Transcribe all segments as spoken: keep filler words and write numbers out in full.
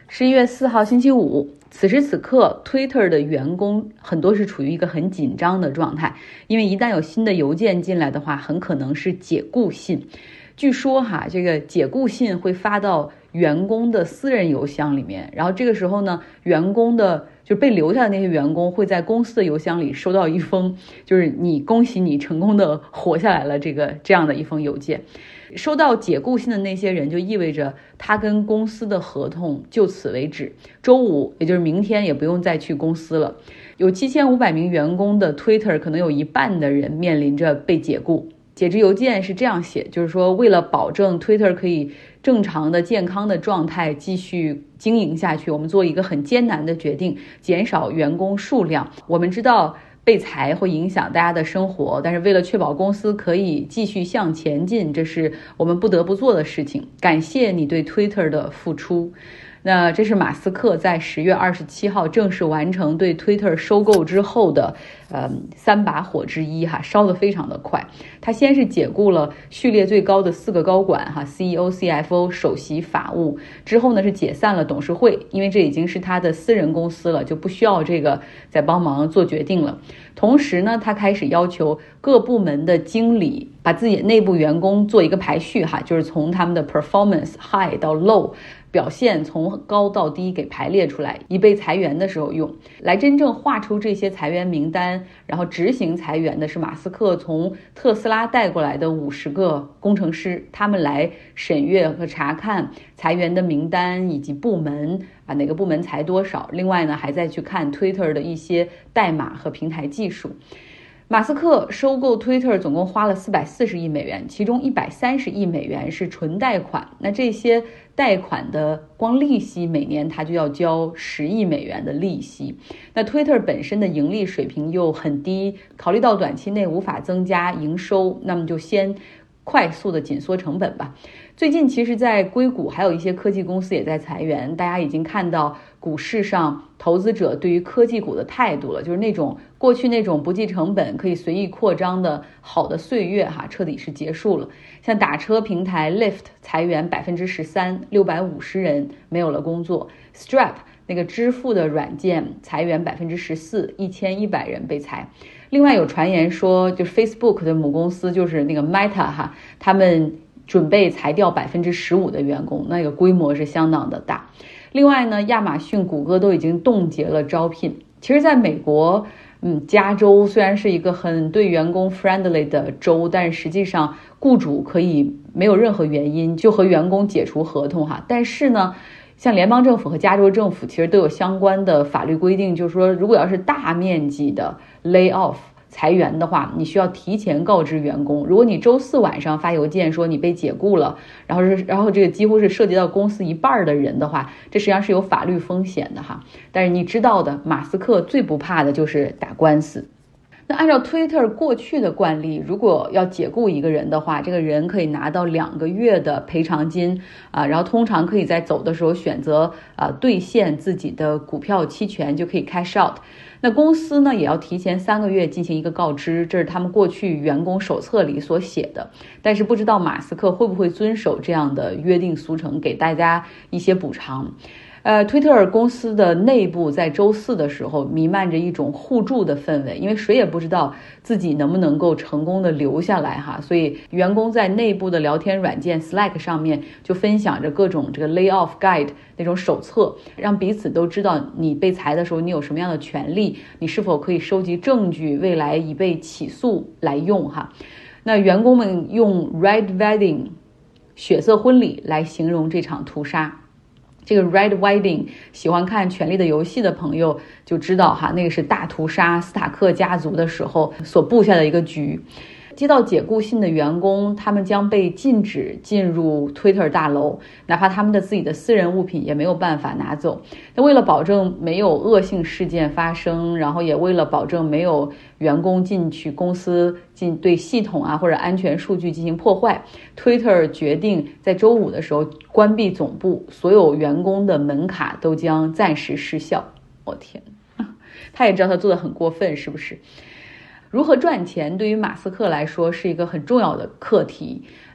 十一月四号星期五，此时此刻 Twitter 的员工很多是处于一个很紧张的状态，因为一旦有新的邮件进来的话，很可能是解雇信。据说哈，这个解雇信会发到员工的私人邮箱里面，然后这个时候呢，员工的就被留下的那些员工会在公司的邮箱里收到一封，就是你恭喜你成功的活下来了这个这样的一封邮件。收到解雇信的那些人就意味着他跟公司的合同就此为止，周五也就是明天也不用再去公司了。有七千五百名员工的 Twitter 可能有一半的人面临着被解雇。解职邮件是这样写，就是说为了保证 Twitter 可以正常的健康的状态继续经营下去，我们做一个很艰难的决定，减少员工数量。我们知道被裁会影响大家的生活，但是为了确保公司可以继续向前进，这是我们不得不做的事情。感谢你对 Twitter 的付出。那这是马斯克在十月二十七号正式完成对 Twitter 收购之后的呃三把火之一哈，烧得非常的快。他先是解雇了序列最高的四个高管哈 ，C E O、C F O、首席法务，之后呢是解散了董事会，因为这已经是他的私人公司了，就不需要这个再帮忙做决定了。同时呢，他开始要求各部门的经理把自己内部员工做一个排序哈，就是从他们的 performance high 到 low。表现从高到低给排列出来，以备裁员的时候用。来真正画出这些裁员名单，然后执行裁员的是马斯克从特斯拉带过来的五十个工程师，他们来审阅和查看裁员的名单以及部门啊，哪个部门裁多少。另外呢，还在去看 Twitter 的一些代码和平台技术。马斯克收购 Twitter 总共花了四百四十亿美元，其中一百三十亿美元是纯贷款。那这些贷款的光利息每年他就要交十亿美元的利息。那 Twitter 本身的盈利水平又很低，考虑到短期内无法增加营收，那么就先快速的紧缩成本吧。最近其实在硅谷还有一些科技公司也在裁员，大家已经看到股市上投资者对于科技股的态度了，就是那种过去那种不计成本可以随意扩张的好的岁月哈，彻底是结束了。像打车平台 Lyft 裁员百分之十三，六百五十人没有了工作。Stripe 那个支付的软件裁员百分之十四，一千一百人被裁。另外有传言说，就是 Facebook 的母公司就是那个 Meta 哈，他们准备裁掉百分之十五的员工，那个规模是相当的大。另外呢，亚马逊、谷歌都已经冻结了招聘。其实在美国，嗯，加州虽然是一个很对员工 friendly 的州，但是实际上雇主可以没有任何原因就和员工解除合同哈。但是呢，像联邦政府和加州政府其实都有相关的法律规定，就是说如果要是大面积的 lay off裁员的话，你需要提前告知员工。如果你周四晚上发邮件说你被解雇了，然后是然后这个几乎是涉及到公司一半的人的话，这实际上是有法律风险的哈。但是你知道的，马斯克最不怕的就是打官司。那按照 Twitter 过去的惯例，如果要解雇一个人的话，这个人可以拿到两个月的赔偿金啊，然后通常可以在走的时候选择啊兑现自己的股票期权，就可以 cash out。那公司呢也要提前三个月进行一个告知，这是他们过去员工手册里所写的。但是不知道马斯克会不会遵守这样的约定俗成，给大家一些补偿。呃，推特尔公司的内部在周四的时候弥漫着一种互助的氛围，因为谁也不知道自己能不能够成功的留下来哈，所以员工在内部的聊天软件 Slack 上面就分享着各种这个 layoff guide 那种手册，让彼此都知道你被裁的时候你有什么样的权利，你是否可以收集证据，未来以被起诉来用哈。那员工们用 Red Wedding 血色婚礼来形容这场屠杀。这个 Red Wedding 喜欢看《权力的游戏》的朋友就知道哈，那个是大屠杀斯塔克家族的时候所布下的一个局。接到解雇信的员工，他们将被禁止进入 Twitter 大楼，哪怕他们的自己的私人物品也没有办法拿走。那为了保证没有恶性事件发生，然后也为了保证没有员工进去公司进对系统啊或者安全数据进行破坏， Twitter 决定在周五的时候关闭总部，所有员工的门卡都将暂时失效。我、哦、天，他也知道他做得很过分，是不是？如何赚钱对于马斯克来说是一个很重要的课题。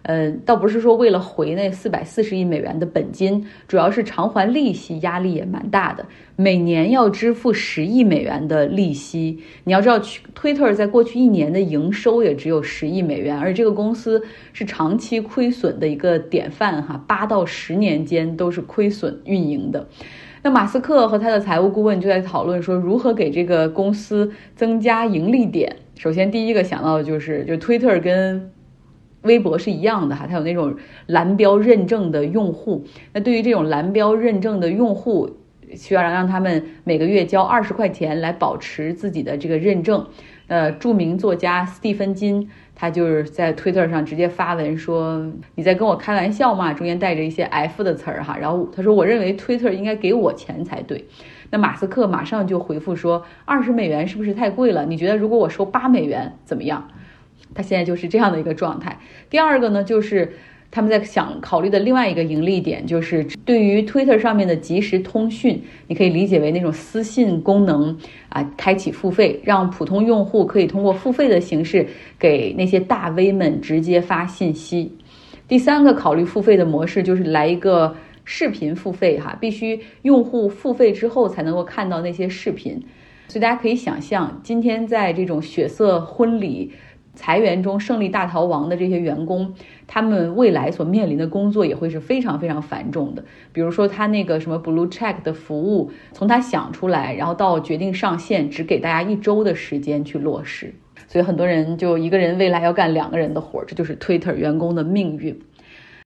呃，倒不是说为了回那四百四十亿美元的本金，主要是偿还利息压力也蛮大的，每年要支付十亿美元的利息。你要知道 Twitter 在过去一年的营收也只有十亿美元，而这个公司是长期亏损的一个典范哈，八到十年间都是亏损运营的。那马斯克和他的财务顾问就在讨论说，如何给这个公司增加盈利点。首先第一个想到的就是，就 Twitter 跟微博是一样的哈，它有那种蓝标认证的用户。那对于这种蓝标认证的用户，需要让他们每个月交二十块钱来保持自己的这个认证。呃，著名作家斯蒂芬金，他就是在 Twitter 上直接发文说：“你在跟我开玩笑吗？”中间带着一些 F 的词儿哈。然后他说：“我认为 Twitter 应该给我钱才对。”那马斯克马上就回复说：“二十美元是不是太贵了？你觉得如果我收八美元怎么样？”他现在就是这样的一个状态。第二个呢，就是他们在想考虑的另外一个盈利点，就是对于 Twitter 上面的即时通讯，你可以理解为那种私信功能啊，开启付费，让普通用户可以通过付费的形式给那些大 V 们直接发信息。第三个考虑付费的模式就是来一个视频付费哈，必须用户付费之后才能够看到那些视频。所以大家可以想象，今天在这种血色婚礼裁员中胜利大逃亡的这些员工，他们未来所面临的工作也会是非常非常繁重的。比如说他那个什么 Blue Check 的服务，从他想出来然后到决定上线，只给大家一周的时间去落实。所以很多人就一个人未来要干两个人的活，这就是 Twitter 员工的命运。